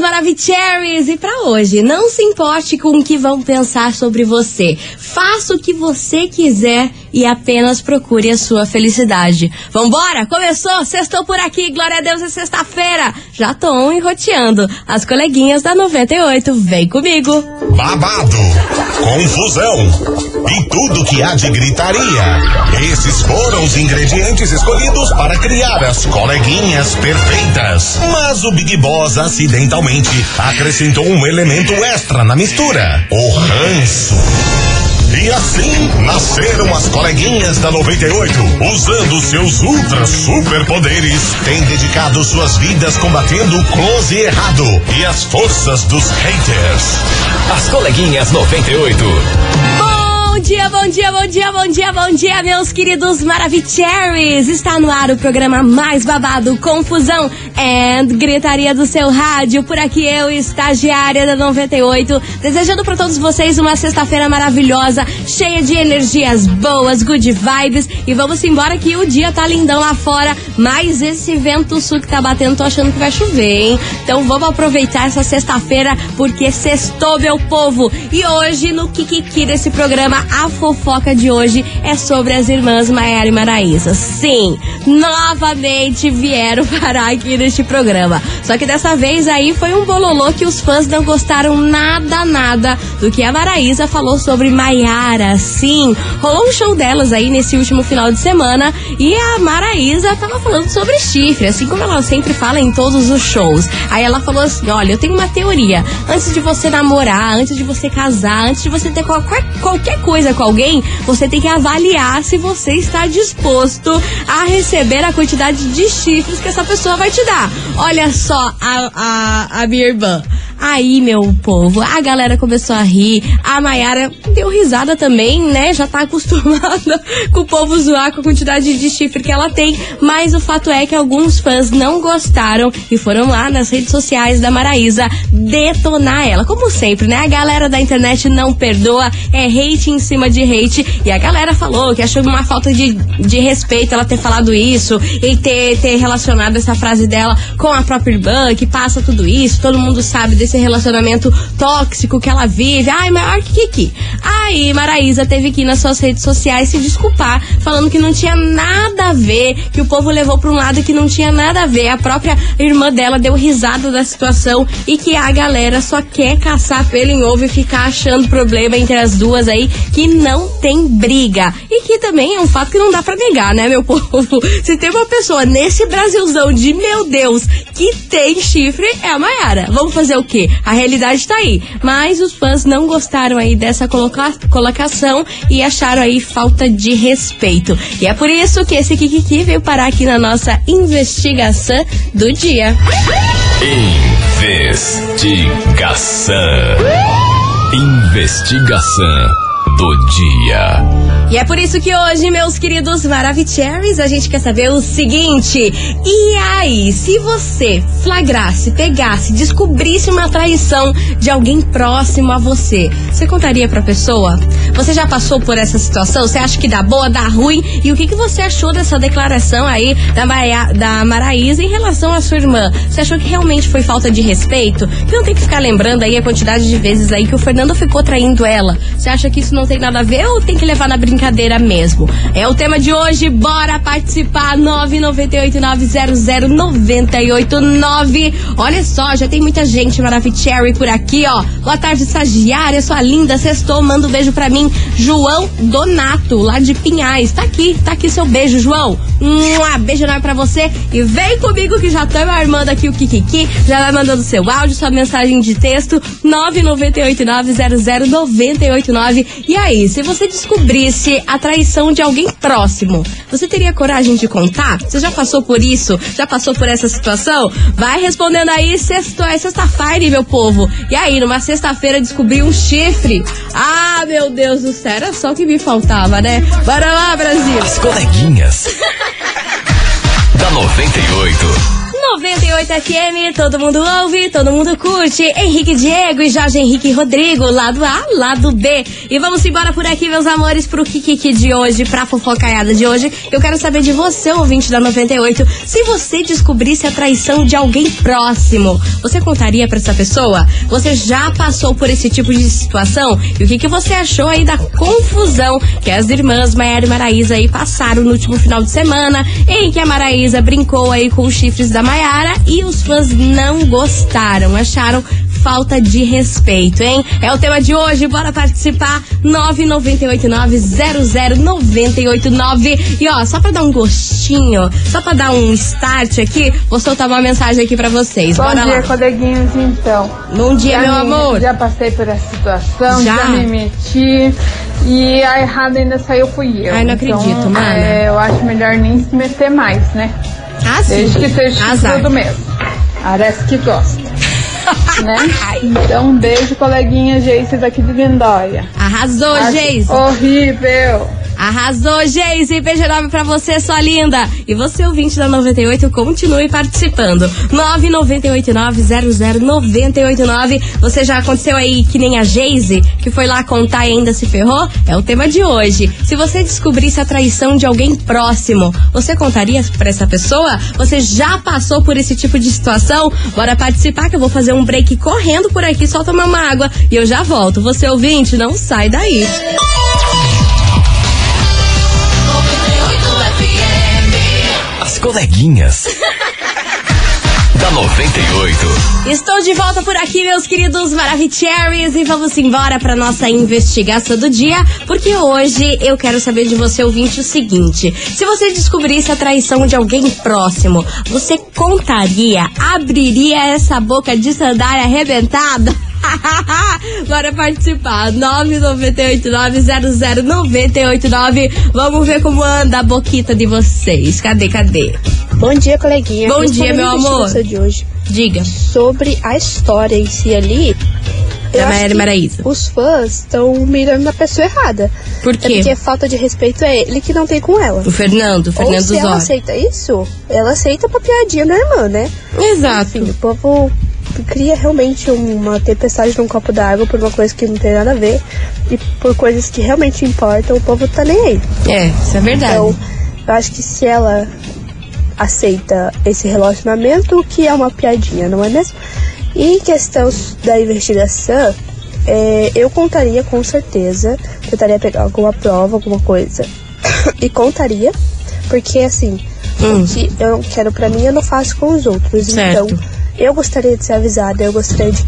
Maravicheries! E pra hoje, não se importe com o que vão pensar sobre você. Faça o que você quiser e apenas procure a sua felicidade. Vambora? Começou? Sextou por aqui, glória a Deus, é sexta-feira. Já tô enroteando. As coleguinhas da 98, vem comigo. Babado, confusão e tudo que há de gritaria. Esses foram os ingredientes escolhidos para criar as coleguinhas perfeitas. Mas o Big Boss acidentalmente acrescentou um elemento extra na mistura: o ranço. E assim nasceram as coleguinhas da 98, usando seus ultra superpoderes, têm dedicado suas vidas combatendo o close errado e as forças dos haters. As coleguinhas 98. Bom dia, bom dia, bom dia, bom dia, bom dia, meus queridos Maravicheries! Está no ar o programa mais babado, confusão e gritaria do seu rádio. Por aqui eu, estagiária da 98, desejando para todos vocês uma sexta-feira maravilhosa, cheia de energias boas, good vibes. E vamos embora que o dia tá lindão lá fora, mas esse vento sul que tá batendo, tô achando que vai chover, hein? Então vamos aproveitar essa sexta-feira, porque sextou, meu povo! E hoje, no Kikiki desse programa, a fofoca de hoje é sobre as irmãs Maiara e Maraísa. Sim, novamente vieram parar aqui neste programa. Só que dessa vez aí foi um bololô que os fãs não gostaram nada do que a Maraísa falou sobre Maiara. Sim, rolou um show delas aí nesse último final de semana e a Maraísa tava falando sobre chifre, assim como ela sempre fala em todos os shows. Aí ela falou assim: olha, eu tenho uma teoria. Antes de você namorar, antes de você casar, antes de você ter qualquer coisa com alguém, você tem que avaliar se você está disposto a receber a quantidade de chifres que essa pessoa vai te dar. Olha só a minha irmã. Aí, meu povo, a galera começou a rir, a Maiara deu risada também, né? Já tá acostumada com o povo zoar com a quantidade de chifre que ela tem, mas o fato é que alguns fãs não gostaram e foram lá nas redes sociais da Maraísa detonar ela. Como sempre, né? A galera da internet não perdoa, é hate em cima de hate, e a galera falou que achou uma falta de respeito ela ter falado isso e ter relacionado essa frase dela com a própria irmã, que passa tudo isso, todo mundo sabe desse relacionamento tóxico que ela vive. Ai, maior que Kiki. Aí Maraísa teve que ir nas suas redes sociais se desculpar, falando que não tinha nada a ver, que o povo levou pra um lado que não tinha nada a ver. A própria irmã dela deu risada da situação e que a galera só quer caçar pelo em ovo e ficar achando problema entre as duas aí, que não tem briga. E que também é um fato que não dá pra negar, né, meu povo? Se tem uma pessoa nesse Brasilzão de meu Deus que tem chifre, é a Maiara. Vamos fazer o quê? A realidade tá aí. Mas os fãs não gostaram aí dessa colocação e acharam aí falta de respeito. E é por isso que esse Kikiki veio parar aqui na nossa investigação do dia. Investigação do dia. E é por isso que hoje, meus queridos Maravicheries, a gente quer saber o seguinte: e aí, se você flagrasse, pegasse, descobrisse uma traição de alguém próximo a você, você contaria pra pessoa? Você já passou por essa situação? Você acha que dá boa, dá ruim? E o que você achou dessa declaração aí da Maraísa em relação à sua irmã? Você achou que realmente foi falta de respeito? Que não tem que ficar lembrando aí a quantidade de vezes aí que o Fernando ficou traindo ela. Você acha que isso não tem nada a ver ou tem que levar na brincadeira mesmo? É o tema de hoje, bora participar. 998-900-989. Olha só, já tem muita gente Maravicherry por aqui, ó. Boa tarde, estagiária, sua linda, sextou, manda um beijo pra mim. João Donato, lá de Pinhais, tá aqui seu beijo, João. Beijo enorme pra você e vem comigo que já estamos armando aqui o Kikiki. Já vai mandando seu áudio, sua mensagem de texto, 998-900-989. E aí, se você descobrisse a traição de alguém próximo, você teria coragem de contar? Você já passou por isso? Já passou por essa situação? Vai respondendo aí, sextou, é sexta-feira, meu povo. E aí, numa sexta-feira descobri um chifre? Ah, meu Deus do céu, era só o que me faltava, né? Bora lá, Brasil! As coleguinhas da 98. 98 FM, todo mundo ouve, todo mundo curte. Henrique Diego e Jorge Henrique Rodrigo, lado A, lado B. E vamos embora por aqui, meus amores, pro Kikiki de hoje, pra fofocaiada de hoje. Eu quero saber de você, ouvinte da 98, se você descobrisse a traição de alguém próximo, você contaria pra essa pessoa? Você já passou por esse tipo de situação? E o que você achou aí da confusão que as irmãs Maiara e Maraísa aí passaram no último final de semana, em que a Maraísa brincou aí com os chifres da Maiara e os fãs não gostaram, acharam falta de respeito, hein? É o tema de hoje, bora participar, 998900989. E ó, só pra dar um gostinho, só pra dar um start aqui, vou soltar uma mensagem aqui pra vocês. Bom Bora dia, lá. coleguinhas, então. Bom dia, meu amor. Já passei por essa situação, Já me meti e a errada ainda saiu fui eu. Ai, não acredito, mana. Eu acho melhor nem se meter mais, né? Ah, sim. Desde que seja tudo mesmo. Parece que gosta. Né? Então, um beijo, coleguinha Geice daqui de Lindóia. Arrasou, Geise. Horrível. Arrasou, Geise. Beijo enorme pra você, sua linda. E você, ouvinte da 98, continue participando. 998900989. Você já aconteceu aí que nem a Geise, que foi lá contar e ainda se ferrou? É o tema de hoje. Se você descobrisse a traição de alguém próximo, você contaria pra essa pessoa? Você já passou por esse tipo de situação? Bora participar que eu vou fazer um break correndo por aqui, só tomar uma água e eu já volto. Você, ouvinte, não sai daí. As coleguinhas da 98. Estou de volta por aqui, meus queridos Maravicheries, e vamos embora para nossa investigação do dia, porque hoje eu quero saber de você, ouvinte, o seguinte: se você descobrisse a traição de alguém próximo, você contaria, abriria essa boca de sandália arrebentada? Bora participar, 998900989. Vamos ver como anda a boquita de vocês. Cadê? Bom dia, coleguinha. Bom dia, meu amor. De hoje. Diga. Sobre a história em si ali, Da Maiara e Maraísa. Os fãs estão mirando na pessoa errada. Por quê? É porque falta de respeito é ele que não tem com ela. O Fernando Ou se ela Zóio. aceita isso, ela aceita pra piadinha da irmã, né? Exato. Enfim, o povo cria realmente uma tempestade num copo d'água por uma coisa que não tem nada a ver. E por coisas que realmente importam, o povo tá nem aí. É, isso é verdade. Então, eu acho que se ela aceita esse relacionamento, o que é uma piadinha, não é mesmo? E em questão da investigação, eu contaria com certeza, tentaria pegar alguma prova, alguma coisa, e contaria, porque assim, o que eu não quero pra mim, eu não faço com os outros. Certo. Então, eu gostaria de ser avisada, eu gostaria de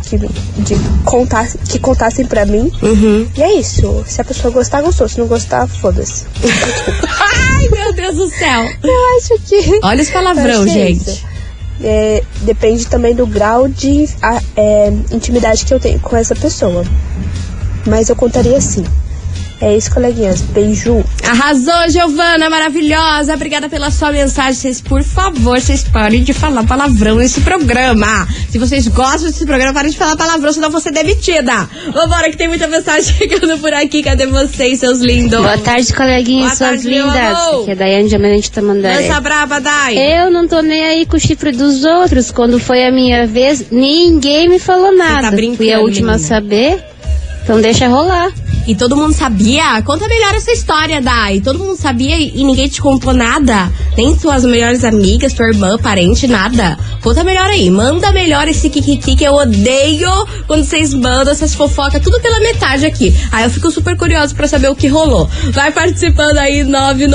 que contassem pra mim. E é isso. Se a pessoa gostar, gostou. Se não gostar, foda-se. Ai, meu Deus do céu. Eu acho que... Olha esse palavrão, gente. Depende também do grau de intimidade que eu tenho com essa pessoa. Mas eu contaria sim. É isso, coleguinhas. Beijo. Arrasou, Giovana, maravilhosa. Obrigada pela sua mensagem. Vocês, por favor, vocês parem de falar palavrão nesse programa. Se vocês gostam desse programa, parem de falar palavrão, senão eu vou ser demitida. Vambora, que tem muita mensagem chegando por aqui. Cadê vocês, seus lindos? Boa tarde, coleguinhas, Boa suas tarde, meu lindas. amor. Aqui é a Daiane de Amarante Tamandaré. Lança braba, Dai. Eu não tô nem aí com o chifre dos outros. Quando foi a minha vez, ninguém me falou nada. brincando, Fui a última menina. a saber, então deixa rolar. E todo mundo sabia? Conta melhor essa história, Dai. Todo mundo sabia e ninguém te contou nada? Nem suas melhores amigas, tua irmã, parente, nada. Conta melhor aí. Manda melhor esse kikiki que eu odeio quando vocês mandam essas fofocas, tudo pela metade aqui. Aí eu fico super curiosa pra saber o que rolou. Vai participando aí,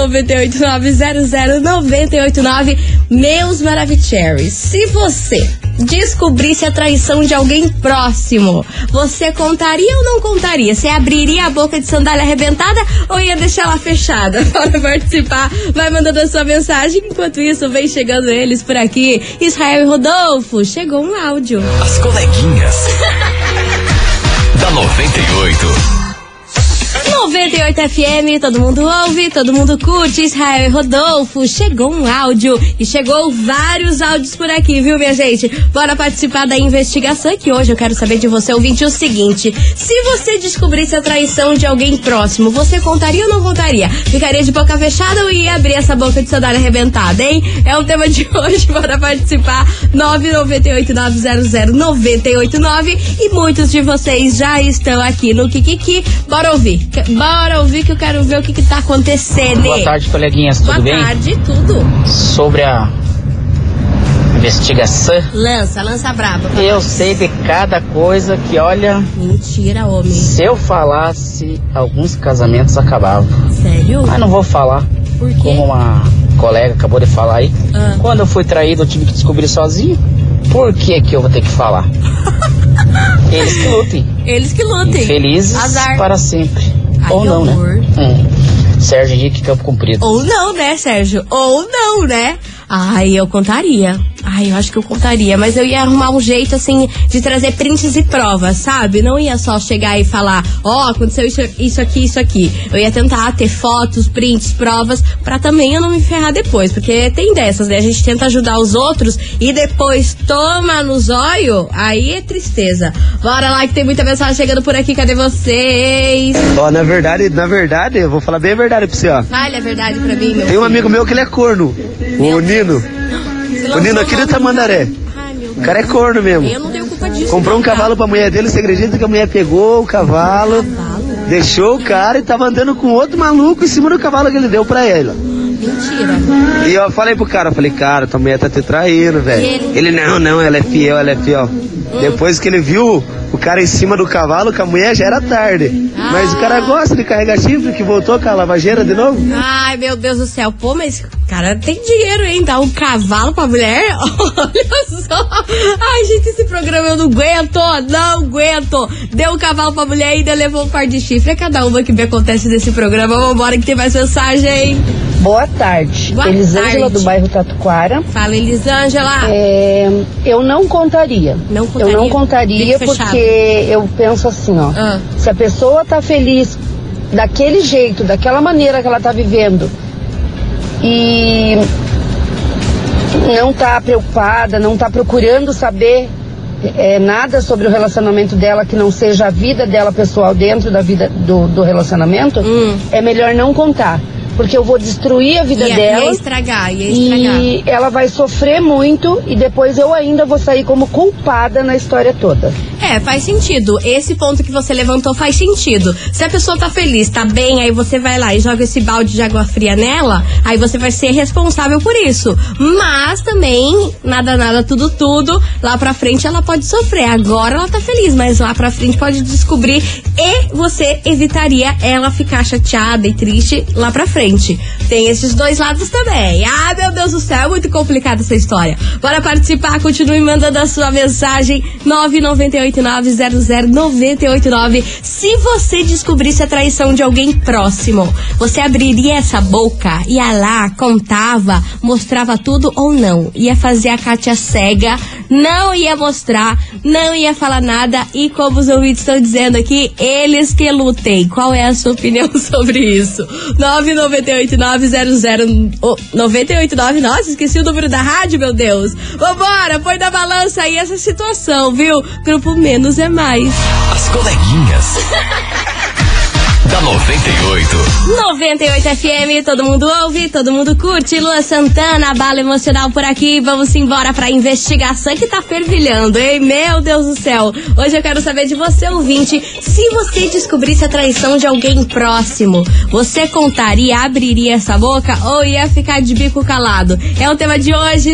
998900989. Meus Maravicheries, se você descobrisse a traição de alguém próximo, você contaria ou não contaria? Você abriria a boca de sandália arrebentada ou ia deixar ela fechada? Para participar, vai mandando a sua mensagem. Enquanto isso, vem chegando eles por aqui. Israel e Rodolfo, chegou um áudio. As coleguinhas da 98. 98 FM, todo mundo ouve, todo mundo curte. Israel e Rodolfo, chegou um áudio e chegou vários áudios por aqui, viu, minha gente? Bora participar da investigação, que hoje eu quero saber de você, ouvinte, o seguinte: se você descobrisse a traição de alguém próximo, você contaria ou não contaria? Ficaria de boca fechada ou ia abrir essa boca de sandália arrebentada, hein? É o tema de hoje, bora participar. 998-900-989. E muitos de vocês já estão aqui no Kikiki. Bora ouvir que eu quero ver o que tá acontecendo. Boa tarde, coleguinhas, tudo bem? Boa tarde, tudo. Sobre a investigação, Lança braba. Papai. Eu sei de cada coisa que, olha... Mentira, homem. Se eu falasse, alguns casamentos acabavam. Sério? Mas não vou falar. Por quê? Como uma colega acabou de falar aí. Quando eu fui traído, eu tive que descobrir sozinho. Por que eu vou ter que falar? Eles que lutem. Eles que lutem. Felizes Azar. para sempre. Ai, ou não, amor. Né? Sérgio Henrique, Campo Comprido. Ou não, né, Sérgio? Ou não, né? Ai, eu contaria. Ai, eu acho que eu contaria. Mas eu ia arrumar um jeito, assim, de trazer prints e provas, sabe? Não ia só chegar e falar, aconteceu isso aqui. Eu ia tentar ter fotos, prints, provas, pra também eu não me ferrar depois. Porque tem dessas, né? A gente tenta ajudar os outros e depois toma no zóio, aí é tristeza. Bora lá que tem muita mensagem chegando por aqui. Cadê vocês? Na verdade, eu vou falar bem a verdade pra você, ó. Fale a verdade pra mim, meu Tem um amigo meu que ele é corno. O Nino. O Nino aqui de Tamandaré. Ai, meu Deus. O cara é corno mesmo. Eu não tenho culpa disso. Comprou um cavalo pra mulher dele, você acredita que a mulher pegou o cavalo, deixou o cara e tava andando com outro maluco em cima do cavalo que ele deu pra ela. Mentira. E eu falei pro cara, cara, tua mulher tá te traindo, velho. Ele, não, ela é fiel. Depois que ele viu o cara em cima do cavalo, com a mulher já era tarde. Mas o cara gosta de carregar chifre, que voltou com a lavageira de novo. Ai, meu Deus do céu. Pô, mas o cara tem dinheiro, hein? Dá um cavalo pra mulher? Olha só. Ai, gente, esse programa eu não aguento. Deu um cavalo pra mulher e ainda levou um par de chifre. É cada uma que me acontece nesse programa. Vambora que tem mais mensagem. Boa tarde. Elisângela do bairro Tatuquara. Fala, Elisângela. Eu não contaria. Eu não contaria porque eu penso assim, ó. Se a pessoa tá feliz daquele jeito, daquela maneira que ela tá vivendo e não tá preocupada, não tá procurando saber nada sobre o relacionamento dela que não seja a vida dela pessoal dentro da vida do relacionamento, é melhor não contar. Porque eu vou destruir a vida dela. Ia estragar. E ela vai sofrer muito e depois eu ainda vou sair como culpada na história toda. Faz sentido. Esse ponto que você levantou faz sentido. Se a pessoa tá feliz, tá bem, aí você vai lá e joga esse balde de água fria nela, aí você vai ser responsável por isso. Mas também, nada, tudo, lá pra frente ela pode sofrer. Agora ela tá feliz, mas lá pra frente pode descobrir e você evitaria ela ficar chateada e triste lá pra frente. Tem esses dois lados também. Ah, meu Deus do céu, é muito complicada essa história. Bora participar, continue mandando a sua mensagem 998900989. Se você descobrisse a traição de alguém próximo, você abriria essa boca, ia lá, contava, mostrava tudo ou não? Ia fazer a Kátia cega, não ia mostrar, não ia falar nada e, como os ouvintes estão dizendo aqui, eles que lutem. Qual é a sua opinião sobre isso? 998900989. Nossa, esqueci o número da rádio, meu Deus. Vambora, põe na balança aí essa situação, viu? Grupo Menos é Mais. As coleguinhas da 98. 98 FM, todo mundo ouve, todo mundo curte. Luan Santana, bala emocional por aqui. Vamos embora pra investigação que tá fervilhando, hein? Meu Deus do céu. Hoje eu quero saber de você, ouvinte, se você descobrisse a traição de alguém próximo, você contaria, abriria essa boca ou ia ficar de bico calado? É o tema de hoje,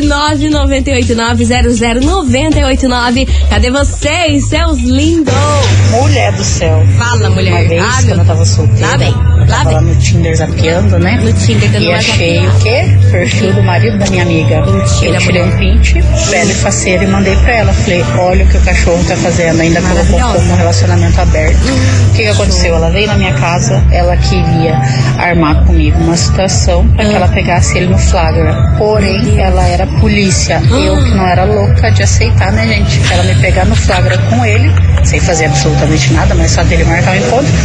998900989. Cadê vocês, seus lindos? Mulher do céu. Fala, mulher. Uma vez, quando eu tava solteira, Lá vem. tava lá no Tinder zapeando, né? No Tinder, que eu e não achei o quê? Perfil do marido da minha amiga. Mentira, eu tirei um print, velho e faceiro, e mandei pra ela. Falei, olha o que o cachorro tá fazendo. Ainda colocou como um relacionamento aberto. O que aconteceu? Ela veio na minha casa, ela queria armar comigo uma situação pra que ela pegasse ele no flagra. Porém, ela era polícia. Eu que não era louca de aceitar, né, gente? Ela me pegar no flagra com ele, sem fazer absolutamente nada, mas só dele marcar o encontro. Ainda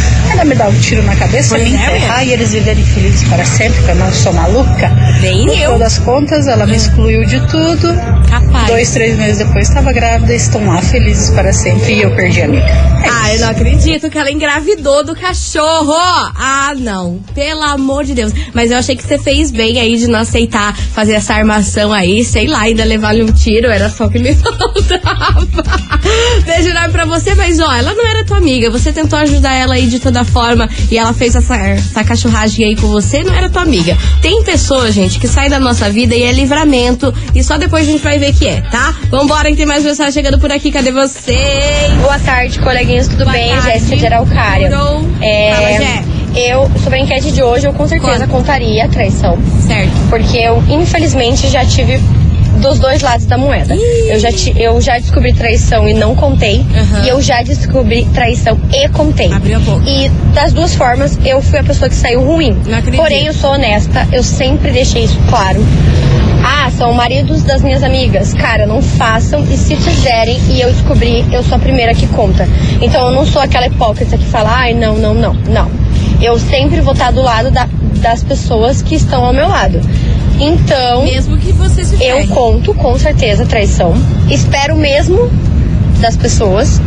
me dar um tiro na cabeça, me enterrar e eles viverem felizes para sempre, que eu não sou maluca. Nem no final das contas, ela me excluiu de tudo. Capaz. 2-3 meses depois estava grávida e estão lá felizes para sempre e eu perdi a amiga. Eu não acredito que ela engravidou do cachorro. Ah, não. Pelo amor de Deus. Mas eu achei que você fez bem aí de não aceitar fazer essa armação aí, sei lá, ainda levar-lhe um tiro, era só o que me faltava. Beijo enorme pra você, mas ó, ela não era tua amiga, você tentou ajudar ela aí de toda forma e ela fez essa cachorragem aí com você, não era tua amiga. Tem pessoas, gente, que saem da nossa vida e é livramento e só depois a gente vai ver que é, tá? Vambora que tem mais mensagem chegando por aqui, cadê vocês? Boa tarde, coleguinhas, tudo Boa bem? tarde. Jéssica de Araucária. Fala, Jé. Eu, sobre a enquete de hoje, eu com certeza contaria a traição. Certo. Porque eu, infelizmente, já tive dos dois lados da moeda. Eu já descobri traição e não contei. E eu já descobri traição e contei. Abriu a boca. E das duas formas, eu fui a pessoa que saiu ruim. Não acredito. Porém, eu sou honesta, eu sempre deixei isso claro. São maridos das minhas amigas. Cara, não façam, e se fizerem e eu descobrir, eu sou a primeira que conta. Então eu não sou aquela hipócrita que fala, não. Eu sempre vou estar do lado das pessoas que estão ao meu lado. Então, mesmo que você se eu conto com certeza traição. Espero mesmo das pessoas.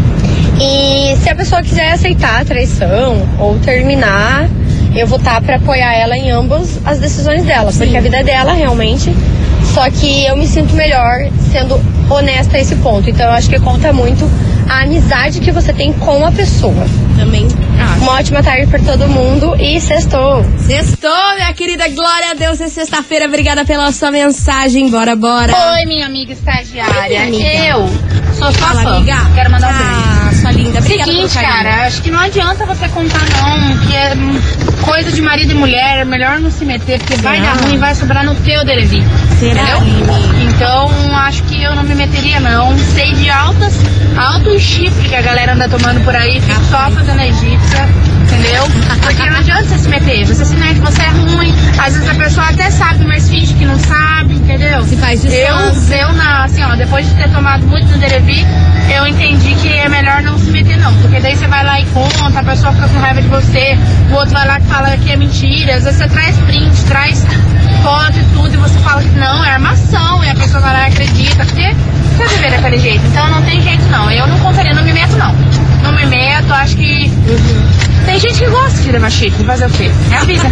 E se a pessoa quiser aceitar a traição ou terminar, eu vou estar pra apoiar ela em ambas as decisões dela. Sim. Porque a vida é dela, realmente. Só que eu me sinto melhor sendo honesta a esse ponto. Então eu acho que conta muito a amizade que você tem com a pessoa. Também acho. Uma ótima tarde pra todo mundo e sextou. Sextou, minha querida, glória a Deus, é sexta-feira. Obrigada pela sua mensagem, bora. Oi, minha amiga estagiária. Oi, amiga. Eu sou sua fã. Amiga. Quero mandar um beijo. Sua linda. Obrigada. Seguinte, cara, acho que não adianta você contar não, que é coisa de marido e mulher, é melhor não se meter, porque vai dar ruim, vai sobrar no teu delevi. Será? Então, acho que eu não me meteria não. Sei de alto chifre que a galera anda tomando por aí, fica só fazendo a egípcia, entendeu? Porque não adianta você se meter, você se mete, você é ruim, às vezes a pessoa até sabe, mas finge que não sabe, entendeu? Se faz de depois de ter tomado muito no Derevi, eu entendi que é melhor não se meter não, porque daí você vai lá e conta, a pessoa fica com raiva de você, o outro vai lá e fala que é mentira, às vezes você traz print, traz foto e tudo, e você fala que não, é armação, e a pessoa vai lá e acredita, porque você viver daquele jeito, então não tem jeito não, eu não contaria, não me meto não, acho que tem gente que gosta de levar chifre, fazer o quê? É a vida.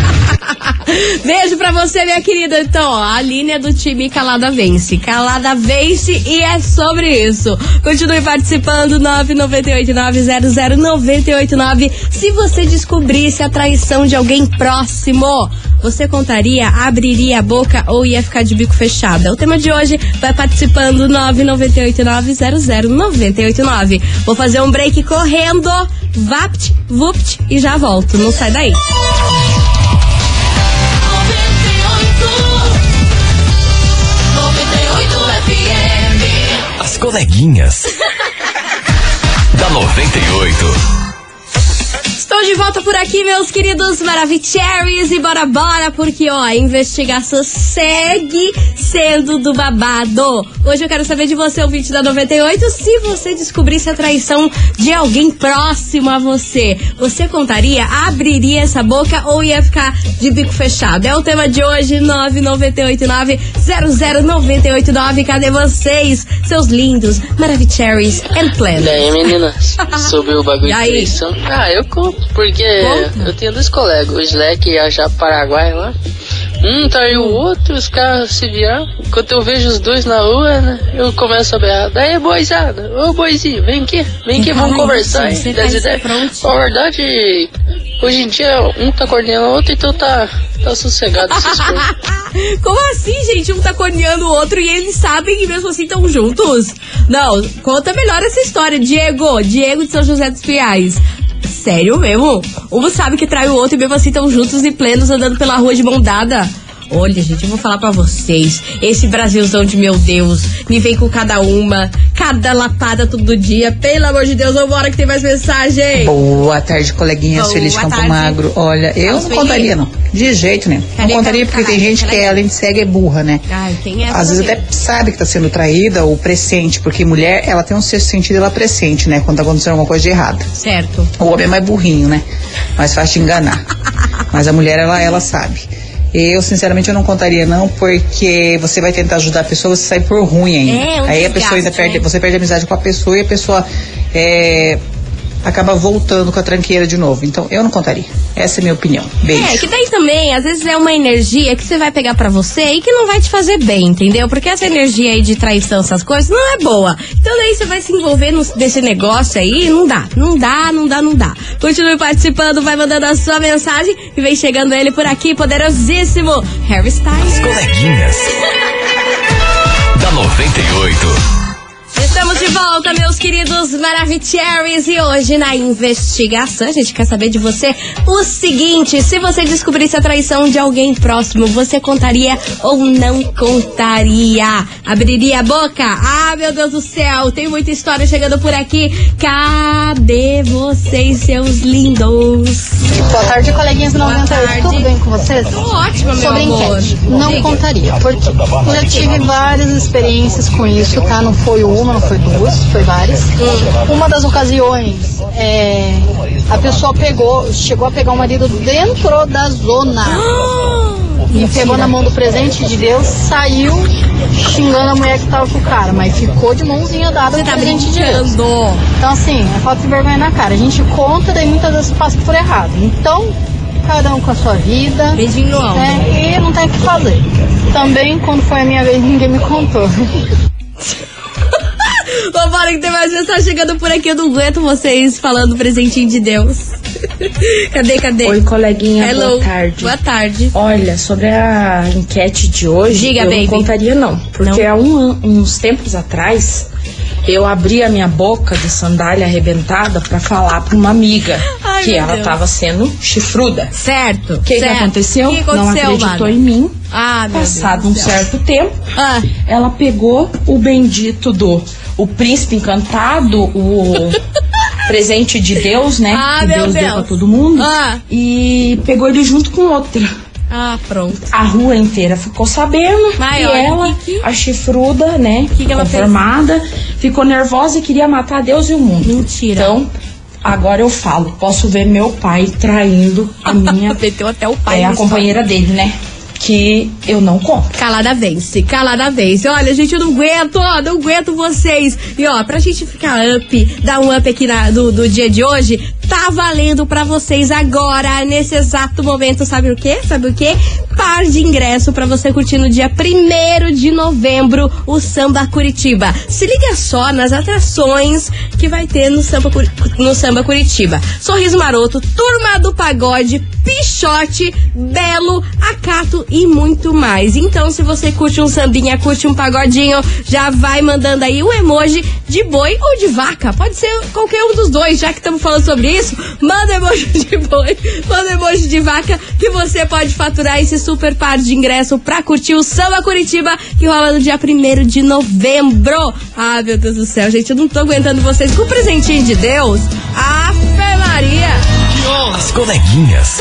Beijo pra você, minha querida. Então, ó, a Aline é do time Calada Vence. Calada Vence e é sobre isso. Continue participando, 998900989. Se você descobrisse a traição de alguém próximo, você contaria, abriria a boca ou ia ficar de bico fechado? É o tema de hoje. Vai participando, 998900989. Vou fazer um break correndo. Vapt, vupt e já volto. Não sai daí. As coleguinhas da 98. Estou de volta por aqui, meus queridos Maravicheries, e bora, porque ó, a investigação segue sendo do babado. Hoje eu quero saber de você, ouvinte da 98, se você descobrisse a traição de alguém próximo a você, você contaria, abriria essa boca ou ia ficar de bico fechado? É o tema de hoje, 998900989. Cadê vocês, seus lindos Maravicheries and Plan? E aí, meninas, sobre o bagulho de traição, eu conto, porque eu tenho dois colegas, o Slack e a Japa Paraguai lá. Traiu o outro, os caras se viraram. Enquanto eu vejo os dois na rua, né, eu começo a berrar. Daí, boizada, ô boizinho, vem aqui, vamos conversar aí, das ideias. Na verdade, hoje em dia, um tá coordenando o outro, então tá sossegado essas coisas. Como assim, gente? Um tá corneando o outro e eles sabem que mesmo assim estão juntos? Não, conta melhor essa história, Diego de São José dos Pinhais. Sério mesmo? Um sabe que trai o outro e mesmo assim estão juntos e plenos andando pela rua de mão dada. Olha, gente, eu vou falar pra vocês. Esse Brasilzão de meu Deus, me vem com cada lapada todo dia. Pelo amor de Deus, vambora que tem mais mensagem. Boa tarde, coleguinhas. Feliz Campo Magro. Olha, eu não contaria, não. De jeito nenhum. Não contaria porque tem gente que além de cega é burra, né? Ai, tem essa. Às vezes até sabe que tá sendo traída ou pressente, porque mulher, ela tem um sexto sentido, ela pressente, né? Quando tá acontecendo alguma coisa de errado. Certo. O homem é mais burrinho, né? Mais fácil de enganar. Mas a mulher, ela sabe. Eu, sinceramente, eu não contaria não, porque você vai tentar ajudar a pessoa, você sai por ruim ainda. Aí a pessoa ainda perde, você perde a amizade com a pessoa e a pessoa acaba voltando com a tranqueira de novo. Então, eu não contaria. Essa é a minha opinião. Beijo. Que daí também, às vezes é uma energia que você vai pegar pra você e que não vai te fazer bem, entendeu? Porque essa energia aí de traição, essas coisas, não é boa. Então daí você vai se envolver nesse negócio aí, não dá. Continue participando, vai mandando a sua mensagem e vem chegando ele por aqui, poderosíssimo Harry Styles. As coleguinhas da 98. Estamos de volta, meus queridos Maravicheries, e hoje na investigação a gente quer saber de você o seguinte: se você descobrisse a traição de alguém próximo, você contaria ou não contaria? Abriria a boca? Ah, meu Deus do céu, tem muita história chegando por aqui. Cadê vocês, seus lindos? Boa tarde, coleguinhas do 98. Tudo bem com vocês? Tô ótima, meu amor. Não contaria, porque eu já tive várias experiências com isso, tá? Não foi uma, não foi duas, foi várias. Uma das ocasiões, a pessoa chegou a pegar o marido dentro da zona e pegou na mão do presente de Deus, saiu xingando a mulher que tava com o cara, mas ficou de mãozinha dada com o presente de Deus. Então assim, é falta de vergonha na cara. A gente conta, daí muitas vezes passa por errado. Então, cada um com a sua vida. Beijinho no ombro. E não tem o que fazer. Também, quando foi a minha vez, ninguém me contou. Vambora que tem mais mensagem chegando por aqui. Eu não aguento vocês falando presentinho de Deus. Cadê? Oi, coleguinha, Hello. boa tarde. Boa tarde. Olha, sobre a enquete de hoje, Diga, eu baby. não contaria não. Porque há uns tempos atrás, eu abri a minha boca de sandália arrebentada pra falar pra uma amiga que ela tava sendo chifruda. Certo. O que aconteceu? Não acreditou em mim. Passado um certo tempo, ela pegou o bendito o príncipe encantado, o presente de Deus, né? Que Deus deu pra todo mundo. E pegou ele junto com outra. Pronto. A rua inteira ficou sabendo. E ela, a chifruda, né? Que ela conformada, ficou nervosa e queria matar Deus e o mundo. Mentira. Então, agora eu falo, posso ver meu pai traindo a minha. Meteu até o pai. A companheira dele, né? Que eu não conto. Calada vence. Olha, gente, eu não aguento vocês. E ó, pra gente ficar dar um up aqui do dia de hoje, tá valendo pra vocês agora, nesse exato momento, sabe o quê? Par de ingresso pra você curtir no dia 1º de novembro o Samba Curitiba. Se liga só nas atrações que vai ter no Samba Curitiba: Sorriso Maroto, Turma do Pagode, Pichote, Belo, Acato e muito mais. Então, se você curte um sambinha, curte um pagodinho, já vai mandando aí um emoji de boi ou de vaca. Pode ser qualquer um dos dois, já que estamos falando sobre isso. Manda emoji de boi, manda emoji de vaca, que você pode faturar esse super par de ingresso pra curtir o Samba Curitiba, que rola no dia 1º de novembro. Ah, meu Deus do céu, gente, eu não tô aguentando vocês com o presentinho de Deus. Ave Maria. As coleguinhas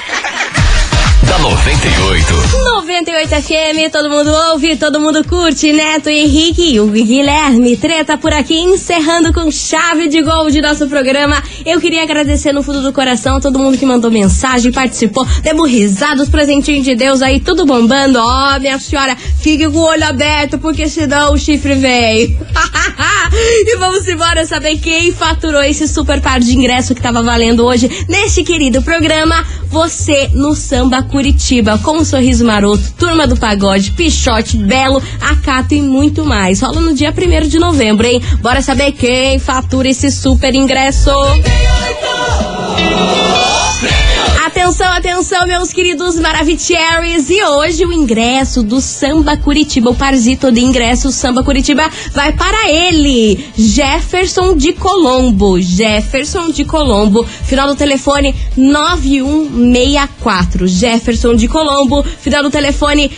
da 98. 98 FM, todo mundo ouve, todo mundo curte. Neto, Henrique e o Guilherme Treta por aqui, encerrando com chave de gol de nosso programa. Eu queria agradecer no fundo do coração todo mundo que mandou mensagem, participou, demos risada, os presentinhos de Deus aí, tudo bombando. Ó, minha senhora, fique com o olho aberto, porque senão o chifre vem. E vamos embora saber quem faturou esse super par de ingresso que tava valendo hoje neste querido programa. Você no Samba Curitiba, com um Sorriso Maroto, Turma do Pagode, Pichote, Belo, Acato e muito mais. Rola no dia 1º de novembro, hein? Bora saber quem fatura esse super ingresso. Atenção! Atenção, meus queridos Maravicheries. E hoje o ingresso do Samba Curitiba, o parzito de ingresso Samba Curitiba, vai para ele, Jefferson de Colombo. Final do telefone 9164. Jefferson de Colombo, final do telefone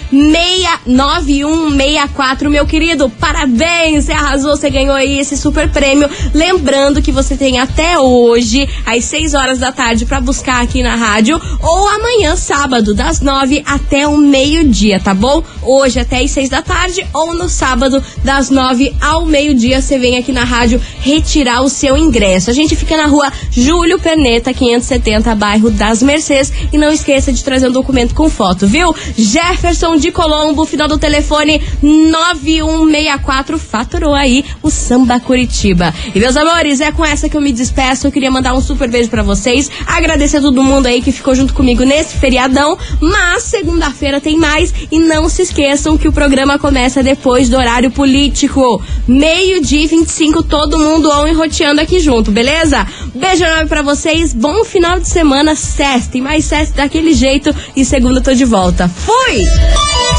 9164. Meu querido, parabéns, você arrasou, você ganhou aí esse super prêmio. Lembrando que você tem até hoje, às 6 horas da tarde, pra buscar aqui na rádio, ou amanhã, sábado, das 9 até o meio-dia, tá bom? Hoje até às 6 da tarde, ou no sábado, das 9 ao meio-dia, você vem aqui na rádio retirar o seu ingresso. A gente fica na rua Júlio Perneta, 570, bairro das Mercês. E não esqueça de trazer um documento com foto, viu? Jefferson de Colombo, final do telefone 9164, faturou aí o Samba Curitiba. E meus amores, é com essa que eu me despeço. Eu queria mandar um super beijo pra vocês, agradecer a todo mundo aí que ficou junto comigo nesse feriadão, mas segunda-feira tem mais. E não se esqueçam que o programa começa depois do horário político, 12:25, todo mundo on e roteando aqui junto, beleza? Beijo enorme pra vocês, bom final de semana, sexta e mais sexta daquele jeito, e segunda eu tô de volta. Fui!